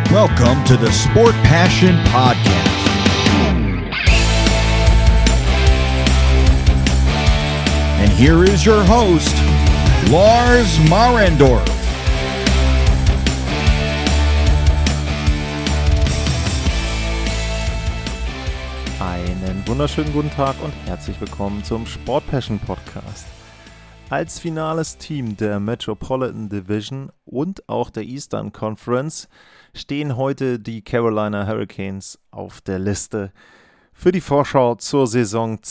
Welcome to the Sport Passion Podcast. And here is your host, Lars Marendorf. Einen wunderschönen guten Tag und herzlich willkommen zum Sport Passion Podcast. Als finales Team der Metropolitan Division und auch der Eastern Conference stehen heute die Carolina Hurricanes auf der Liste für die Vorschau zur Saison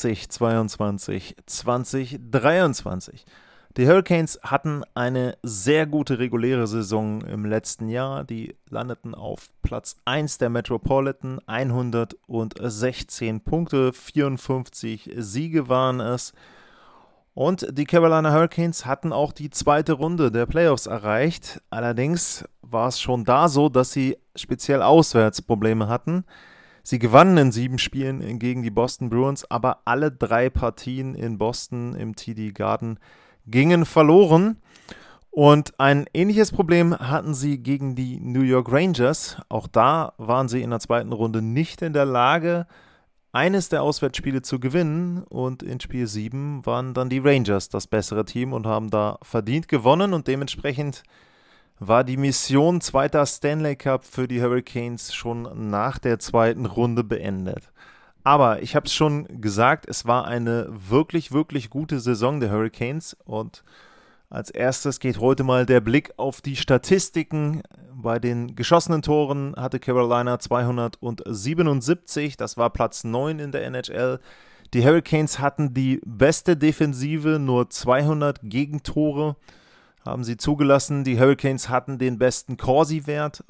2022-2023. Die Hurricanes hatten eine sehr gute reguläre Saison im letzten Jahr. Die landeten auf Platz 1 der Metropolitan, 116 Punkte, 54 Siege waren es. Und die Carolina Hurricanes hatten auch die zweite Runde der Playoffs erreicht. Allerdings war es schon da so, dass sie speziell auswärts Probleme hatten. Sie gewannen in 7 Spielen gegen die Boston Bruins, aber alle 3 Partien in Boston im TD Garden gingen verloren. Und ein ähnliches Problem hatten sie gegen die New York Rangers. Auch da waren sie in der zweiten Runde nicht in der Lage, eines der Auswärtsspiele zu gewinnen, und in Spiel 7 waren dann die Rangers das bessere Team und haben da verdient gewonnen, und dementsprechend war die Mission zweiter Stanley Cup für die Hurricanes schon nach der zweiten Runde beendet. Aber ich habe es schon gesagt, es war eine wirklich, wirklich gute Saison der Hurricanes, und als erstes geht heute mal der Blick auf die Statistiken. Bei den geschossenen Toren hatte Carolina 277, das war Platz 9 in der NHL. Die Hurricanes hatten die beste Defensive, nur 200 Gegentore haben sie zugelassen. Die Hurricanes hatten den besten Corsi-Wert,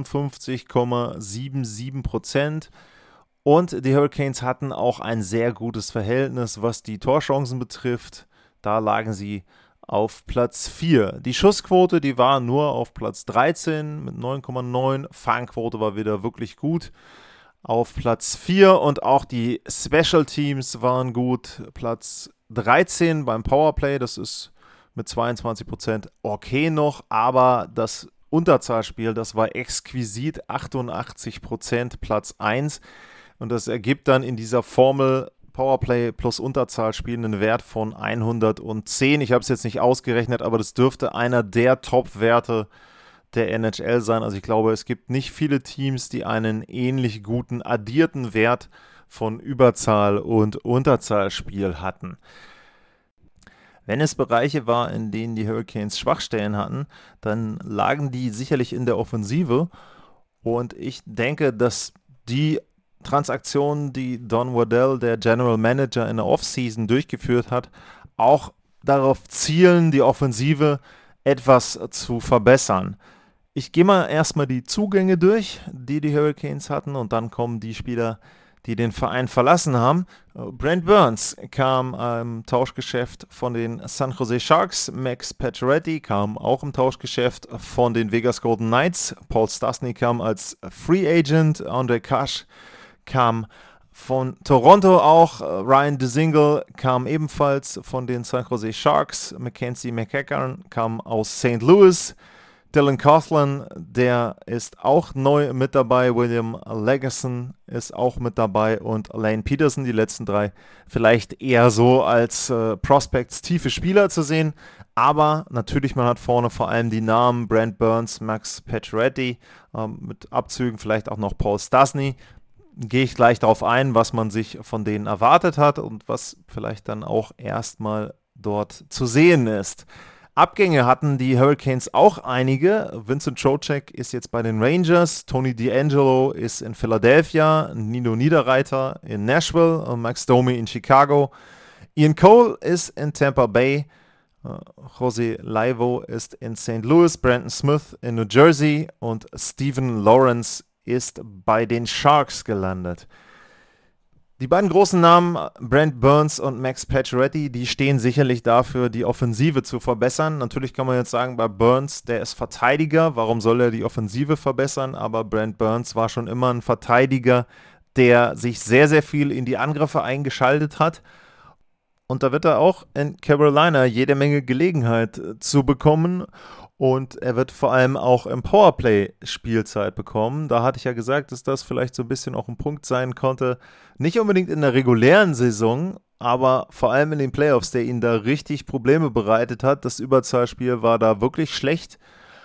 55,77%. Und die Hurricanes hatten auch ein sehr gutes Verhältnis, was die Torchancen betrifft. Da lagen sie auf Platz 4. Die Schussquote, die war nur auf Platz 13 mit 9,9. Fangquote war wieder wirklich gut auf Platz 4. Und auch die Special Teams waren gut. Platz 13 beim Powerplay, das ist mit 22% okay noch. Aber das Unterzahlspiel, das war exquisit, 88%, Platz 1. Und das ergibt dann in dieser Formel Powerplay plus Unterzahlspiel einen Wert von 110. Ich habe es jetzt nicht ausgerechnet, aber das dürfte einer der Top-Werte der NHL sein. Also ich glaube, es gibt nicht viele Teams, die einen ähnlich guten addierten Wert von Überzahl- und Unterzahlspiel hatten. Wenn es Bereiche war, in denen die Hurricanes Schwachstellen hatten, dann lagen die sicherlich in der Offensive. Und ich denke, dass die Transaktionen, die Don Waddell, der General Manager, in der Offseason durchgeführt hat, auch darauf zielen, die Offensive etwas zu verbessern. Ich gehe mal erstmal die Zugänge durch, die die Hurricanes hatten, und dann kommen die Spieler, die den Verein verlassen haben. Brent Burns kam im Tauschgeschäft von den San Jose Sharks. Max Pacioretty kam auch im Tauschgeschäft von den Vegas Golden Knights. Paul Stastny kam als Free Agent. Ondrej Kase kam von Toronto auch. Ryan Dzingel kam ebenfalls von den San Jose Sharks. Mackenzie McEachern kam aus St. Louis. Dylan Coughlin, der ist auch neu mit dabei. William Lagesson ist auch mit dabei. Und Lane Peterson, die letzten 3 vielleicht eher so als Prospects, tiefe Spieler zu sehen. Aber natürlich, man hat vorne vor allem die Namen Brent Burns, Max Pacioretty, mit Abzügen vielleicht auch noch Paul Stastny. Gehe ich gleich darauf ein, was man sich von denen erwartet hat und was vielleicht dann auch erstmal dort zu sehen ist. Abgänge hatten die Hurricanes auch einige. Vincent Trocheck ist jetzt bei den Rangers, Tony DeAngelo ist in Philadelphia, Nino Niederreiter in Nashville, Max Domi in Chicago, Ian Cole ist in Tampa Bay, Jose Leivo ist in St. Louis, Brandon Smith in New Jersey und Steven Lawrence ist bei den Sharks gelandet. Die beiden großen Namen, Brent Burns und Max Pacioretty, die stehen sicherlich dafür, die Offensive zu verbessern. Natürlich kann man jetzt sagen, bei Burns, der ist Verteidiger, warum soll er die Offensive verbessern? Aber Brent Burns war schon immer ein Verteidiger, der sich sehr, sehr viel in die Angriffe eingeschaltet hat. Und da wird er auch in Carolina jede Menge Gelegenheit zu bekommen. Und er wird vor allem auch im Powerplay Spielzeit bekommen. Da hatte ich ja gesagt, dass das vielleicht so ein bisschen auch ein Punkt sein konnte. Nicht unbedingt in der regulären Saison, aber vor allem in den Playoffs, der ihn da richtig Probleme bereitet hat. Das Überzahlspiel war da wirklich schlecht.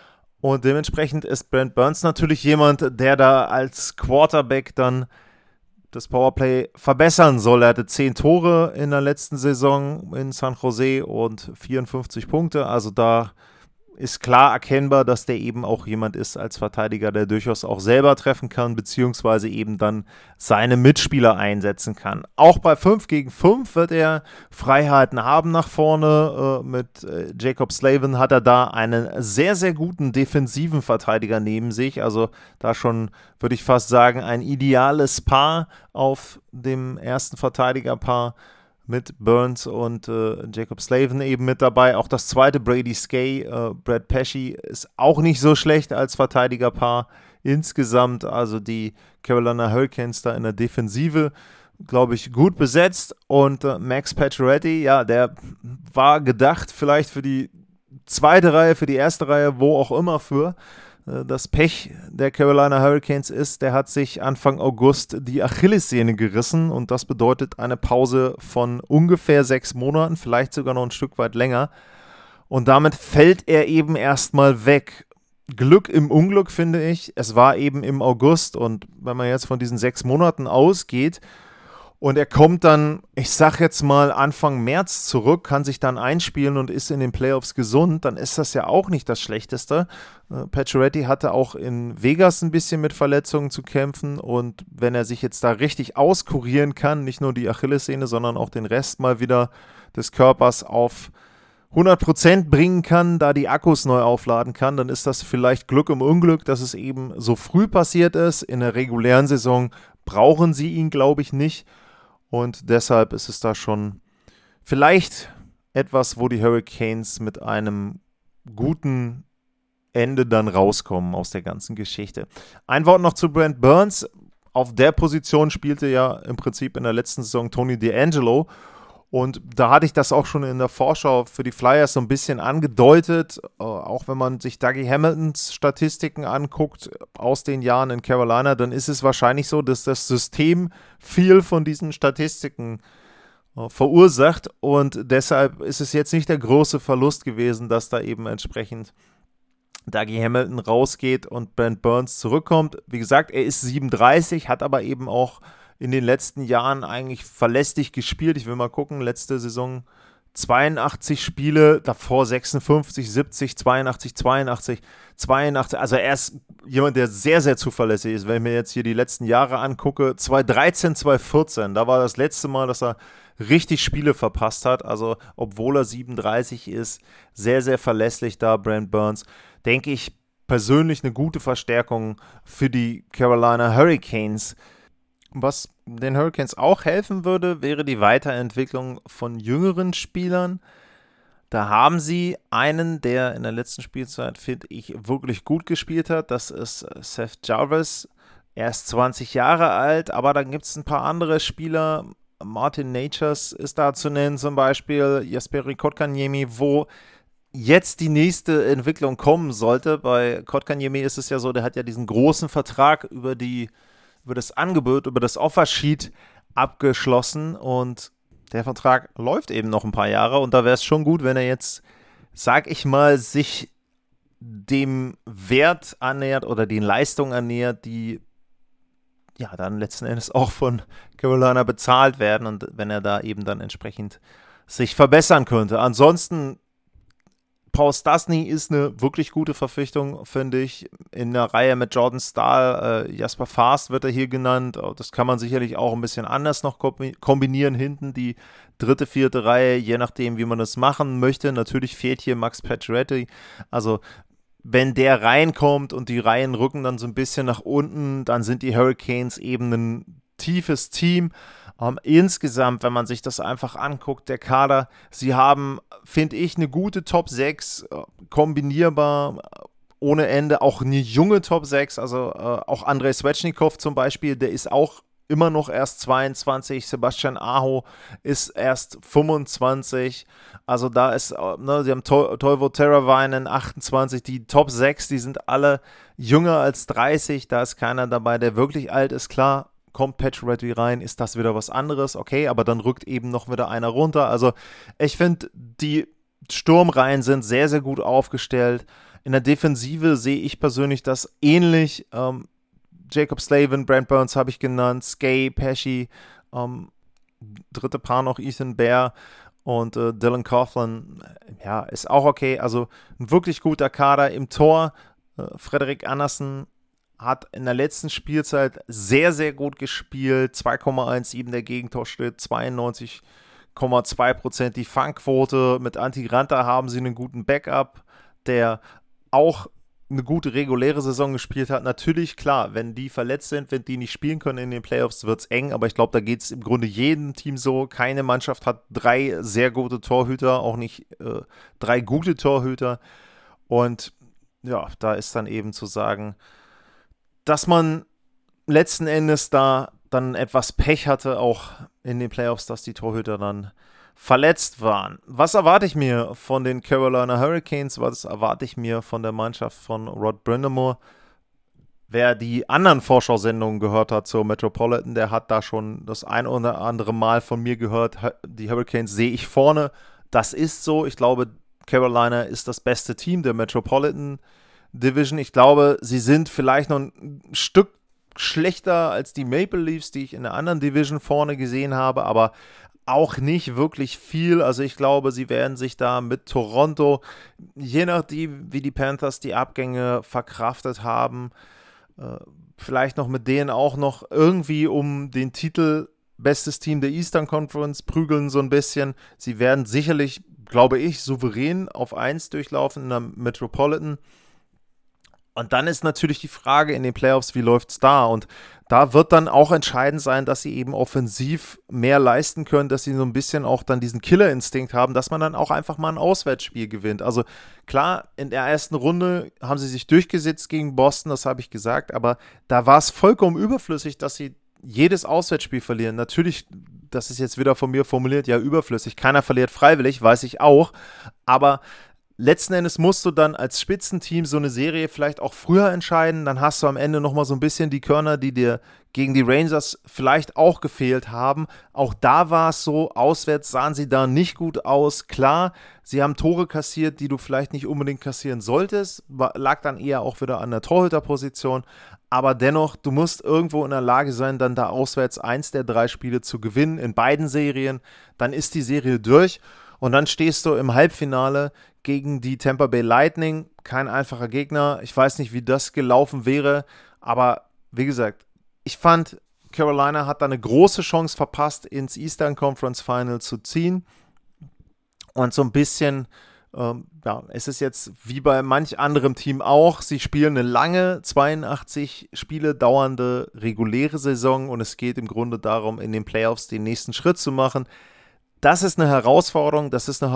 Und dementsprechend ist Brent Burns natürlich jemand, der da als Quarterback dann das Powerplay verbessern soll. Er hatte 10 Tore in der letzten Saison in San Jose und 54 Punkte. Also da ist klar erkennbar, dass der eben auch jemand ist als Verteidiger, der durchaus auch selber treffen kann, beziehungsweise eben dann seine Mitspieler einsetzen kann. Auch bei 5 gegen 5 wird er Freiheiten haben nach vorne. Mit Jacob Slavin hat er da einen sehr, sehr guten defensiven Verteidiger neben sich. Also da schon, würde ich fast sagen, ein ideales Paar auf dem ersten Verteidigerpaar mit Burns und Jacob Slavin eben mit dabei. Auch das zweite, Brady Skay, Brad Pesci, ist auch nicht so schlecht als Verteidigerpaar insgesamt. Also die Carolina Hurricanes da in der Defensive, glaube ich, gut besetzt. Und Max Pacioretty, ja, der war gedacht vielleicht für die zweite Reihe, für die erste Reihe, wo auch immer für. Das Pech der Carolina Hurricanes ist, der hat sich Anfang August die Achillessehne gerissen und das bedeutet eine Pause von ungefähr 6 Monaten, vielleicht sogar noch ein Stück weit länger. Und damit fällt er eben erstmal weg. Glück im Unglück, finde ich. Es war eben im August und wenn man jetzt von diesen 6 Monaten ausgeht, und er kommt dann, ich sag jetzt mal, Anfang März zurück, kann sich dann einspielen und ist in den Playoffs gesund, dann ist das ja auch nicht das Schlechteste. Pacioretty hatte auch in Vegas ein bisschen mit Verletzungen zu kämpfen und wenn er sich jetzt da richtig auskurieren kann, nicht nur die Achillessehne, sondern auch den Rest mal wieder des Körpers auf 100% bringen kann, da die Akkus neu aufladen kann, dann ist das vielleicht Glück im Unglück, dass es eben so früh passiert ist. In der regulären Saison brauchen sie ihn, glaube ich, nicht. Und deshalb ist es da schon vielleicht etwas, wo die Hurricanes mit einem guten Ende dann rauskommen aus der ganzen Geschichte. Ein Wort noch zu Brent Burns. Auf der Position spielte ja im Prinzip in der letzten Saison Tony DeAngelo. Und da hatte ich das auch schon in der Vorschau für die Flyers so ein bisschen angedeutet, auch wenn man sich Dougie Hamiltons Statistiken anguckt aus den Jahren in Carolina, dann ist es wahrscheinlich so, dass das System viel von diesen Statistiken verursacht und deshalb ist es jetzt nicht der große Verlust gewesen, dass da eben entsprechend Dougie Hamilton rausgeht und Brent Burns zurückkommt. Wie gesagt, er ist 37, hat aber eben auch in den letzten Jahren eigentlich verlässlich gespielt. Ich will mal gucken, letzte Saison 82 Spiele, davor 56, 70, 82, 82, 82. Also er ist jemand, der sehr, sehr zuverlässig ist. Wenn ich mir jetzt hier die letzten Jahre angucke, 2013, 2014, da war das letzte Mal, dass er richtig Spiele verpasst hat. Also obwohl er 37 ist, sehr, sehr verlässlich da, Brent Burns. Denke ich persönlich eine gute Verstärkung für die Carolina Hurricanes. Was den Hurricanes auch helfen würde, wäre die Weiterentwicklung von jüngeren Spielern. Da haben sie einen, der in der letzten Spielzeit, finde ich, wirklich gut gespielt hat. Das ist Seth Jarvis. Er ist 20 Jahre alt, aber dann gibt es ein paar andere Spieler. Martin Necas ist da zu nennen, zum Beispiel Jesperi Kotkaniemi, wo jetzt die nächste Entwicklung kommen sollte. Bei Kotkaniemi ist es ja so, der hat ja diesen großen Vertrag über das Angebot, über das Offersheet abgeschlossen und der Vertrag läuft eben noch ein paar Jahre und da wäre es schon gut, wenn er jetzt, sag ich mal, sich dem Wert annähert oder den Leistungen annähert, die ja dann letzten Endes auch von Carolina bezahlt werden und wenn er da eben dann entsprechend sich verbessern könnte. Ansonsten Paul Stastny ist eine wirklich gute Verpflichtung, finde ich. In der Reihe mit Jordan Staal, Jasper Fast wird er hier genannt. Das kann man sicherlich auch ein bisschen anders noch kombinieren hinten. Die 3., 4. Reihe, je nachdem, wie man das machen möchte. Natürlich fehlt hier Max Pacioretty. Also wenn der reinkommt und die Reihen rücken dann so ein bisschen nach unten, dann sind die Hurricanes eben ein tiefes Team. Insgesamt, wenn man sich das einfach anguckt, der Kader, sie haben, finde ich, eine gute Top 6, kombinierbar ohne Ende, auch eine junge Top 6, also auch Andrei Svechnikov zum Beispiel, der ist auch immer noch erst 22, Sebastian Aho ist erst 25, also da ist, sie haben Toivo Teravainen 28, die Top 6, die sind alle jünger als 30, da ist keiner dabei, der wirklich alt ist, klar, kommt Pacioretty rein, ist das wieder was anderes, okay, aber dann rückt eben noch wieder einer runter, also ich finde, die Sturmreihen sind sehr, sehr gut aufgestellt. In der Defensive sehe ich persönlich das ähnlich. Jacob Slavin, Brent Burns habe ich genannt, Skay, Pesci, dritte Paar noch Ethan Bear und Dylan Coughlin, ja, ist auch okay. Also ein wirklich guter Kader im Tor. Frederik Andersen hat in der letzten Spielzeit sehr, sehr gut gespielt. 2,17 der Gegentorschnitt, 92,2% die Fangquote. Mit Antti Ranta haben sie einen guten Backup, der auch eine gute reguläre Saison gespielt hat. Natürlich, klar, wenn die verletzt sind, wenn die nicht spielen können in den Playoffs, wird es eng, aber ich glaube, da geht es im Grunde jedem Team so. Keine Mannschaft hat 3 sehr gute Torhüter, auch nicht 3 gute Torhüter. Und ja, da ist dann eben zu sagen, dass man letzten Endes da dann etwas Pech hatte, auch in den Playoffs, dass die Torhüter dann verletzt waren. Was erwarte ich mir von den Carolina Hurricanes? Was erwarte ich mir von der Mannschaft von Rod Brind'Amour? Wer die anderen Vorschau-Sendungen gehört hat zur Metropolitan, der hat da schon das ein oder andere Mal von mir gehört, die Hurricanes sehe ich vorne. Das ist so. Ich glaube, Carolina ist das beste Team der Metropolitan Division. Ich glaube, sie sind vielleicht noch ein Stück schlechter als die Maple Leafs, die ich in der anderen Division vorne gesehen habe, aber auch nicht wirklich viel. Also ich glaube, sie werden sich da mit Toronto, je nachdem, wie die Panthers die Abgänge verkraftet haben, vielleicht noch mit denen auch noch irgendwie um den Titel bestes Team der Eastern Conference prügeln so ein bisschen. Sie werden sicherlich, glaube ich, souverän auf 1 durchlaufen in der Metropolitan. Und dann ist natürlich die Frage in den Playoffs, wie läuft es da? Und da wird dann auch entscheidend sein, dass sie eben offensiv mehr leisten können, dass sie so ein bisschen auch dann diesen Killerinstinkt haben, dass man dann auch einfach mal ein Auswärtsspiel gewinnt. Also klar, in der ersten Runde haben sie sich durchgesetzt gegen Boston, das habe ich gesagt, aber da war es vollkommen überflüssig, dass sie jedes Auswärtsspiel verlieren. Natürlich, das ist jetzt wieder von mir formuliert, ja überflüssig. Keiner verliert freiwillig, weiß ich auch, aber letzten Endes musst du dann als Spitzenteam so eine Serie vielleicht auch früher entscheiden, dann hast du am Ende nochmal so ein bisschen die Körner, die dir gegen die Rangers vielleicht auch gefehlt haben. Auch da war es so, auswärts sahen sie da nicht gut aus. Klar, sie haben Tore kassiert, die du vielleicht nicht unbedingt kassieren solltest, lag dann eher auch wieder an der Torhüterposition, aber dennoch, du musst irgendwo in der Lage sein, dann da auswärts 1 der 3 Spiele zu gewinnen, in beiden Serien, dann ist die Serie durch. Und dann stehst du im Halbfinale gegen die Tampa Bay Lightning. Kein einfacher Gegner. Ich weiß nicht, wie das gelaufen wäre. Aber wie gesagt, ich fand, Carolina hat da eine große Chance verpasst, ins Eastern Conference Final zu ziehen. Und so ein bisschen, es ist jetzt wie bei manch anderem Team auch. Sie spielen eine lange, 82 Spiele dauernde reguläre Saison. Und es geht im Grunde darum, in den Playoffs den nächsten Schritt zu machen. Das ist eine Herausforderung,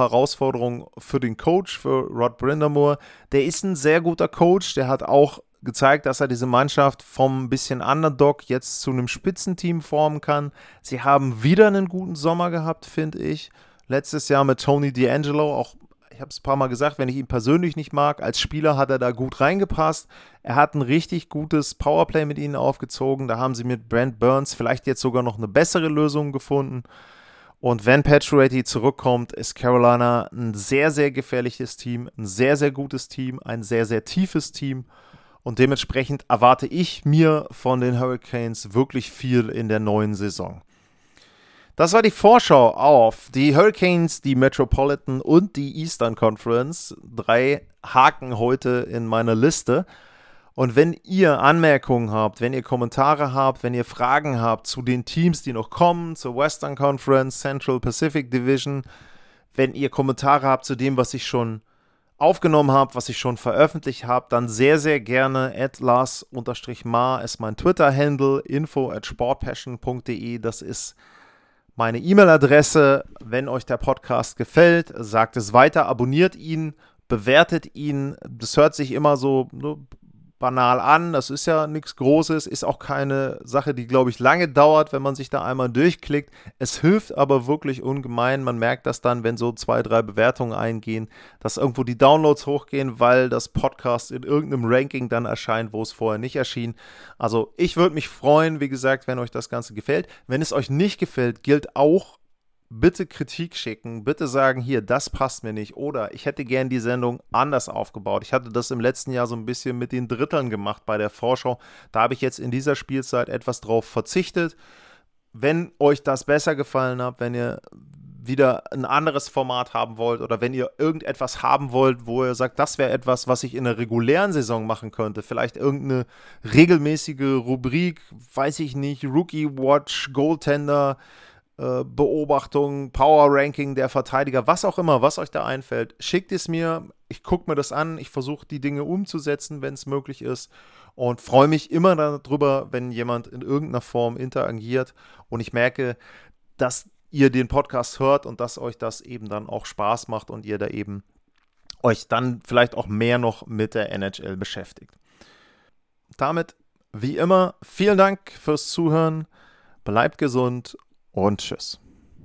für den Coach, für Rod Brind'Amour. Der ist ein sehr guter Coach, der hat auch gezeigt, dass er diese Mannschaft vom bisschen Underdog jetzt zu einem Spitzenteam formen kann. Sie haben wieder einen guten Sommer gehabt, finde ich. Letztes Jahr mit Tony DeAngelo, auch ich habe es ein paar Mal gesagt, wenn ich ihn persönlich nicht mag, als Spieler hat er da gut reingepasst. Er hat ein richtig gutes Powerplay mit ihnen aufgezogen. Da haben sie mit Brent Burns vielleicht jetzt sogar noch eine bessere Lösung gefunden. Und wenn Pacioretty zurückkommt, ist Carolina ein sehr, sehr gefährliches Team, ein sehr, sehr gutes Team, ein sehr, sehr tiefes Team. Und dementsprechend erwarte ich mir von den Hurricanes wirklich viel in der neuen Saison. Das war die Vorschau auf die Hurricanes, die Metropolitan und die Eastern Conference. 3 Haken heute in meiner Liste. Und wenn ihr Anmerkungen habt, wenn ihr Kommentare habt, wenn ihr Fragen habt zu den Teams, die noch kommen, zur Western Conference, Central Pacific Division, wenn ihr Kommentare habt zu dem, was ich schon aufgenommen habe, was ich schon veröffentlicht habe, dann sehr, sehr gerne @Lars_Mar ist mein Twitter-Handle, info@sportpassion.de, das ist meine E-Mail-Adresse. Wenn euch der Podcast gefällt, sagt es weiter, abonniert ihn, bewertet ihn. Das hört sich immer so banal an, das ist ja nichts Großes, ist auch keine Sache, die, glaube ich, lange dauert, wenn man sich da einmal durchklickt. Es hilft aber wirklich ungemein. Man merkt das dann, wenn so 2, 3 Bewertungen eingehen, dass irgendwo die Downloads hochgehen, weil das Podcast in irgendeinem Ranking dann erscheint, wo es vorher nicht erschien. Also ich würde mich freuen, wie gesagt, wenn euch das Ganze gefällt. Wenn es euch nicht gefällt, gilt auch, bitte Kritik schicken, bitte sagen, hier, das passt mir nicht oder ich hätte gern die Sendung anders aufgebaut. Ich hatte das im letzten Jahr so ein bisschen mit den Dritteln gemacht bei der Vorschau. Da habe ich jetzt in dieser Spielzeit etwas drauf verzichtet. Wenn euch das besser gefallen hat, wenn ihr wieder ein anderes Format haben wollt oder wenn ihr irgendetwas haben wollt, wo ihr sagt, das wäre etwas, was ich in der regulären Saison machen könnte, vielleicht irgendeine regelmäßige Rubrik, weiß ich nicht, Rookie Watch, Goaltender, Beobachtung, Power Ranking der Verteidiger, was auch immer, was euch da einfällt, schickt es mir, ich gucke mir das an, ich versuche die Dinge umzusetzen, wenn es möglich ist und freue mich immer darüber, wenn jemand in irgendeiner Form interagiert und ich merke, dass ihr den Podcast hört und dass euch das eben dann auch Spaß macht und ihr da eben euch dann vielleicht auch mehr noch mit der NHL beschäftigt. Damit, wie immer, vielen Dank fürs Zuhören, bleibt gesund und tschüss.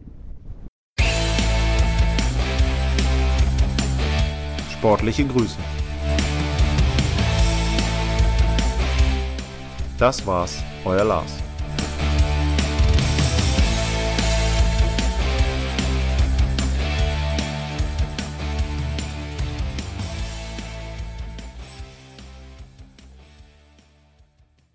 Sportliche Grüße. Das war's, euer Lars.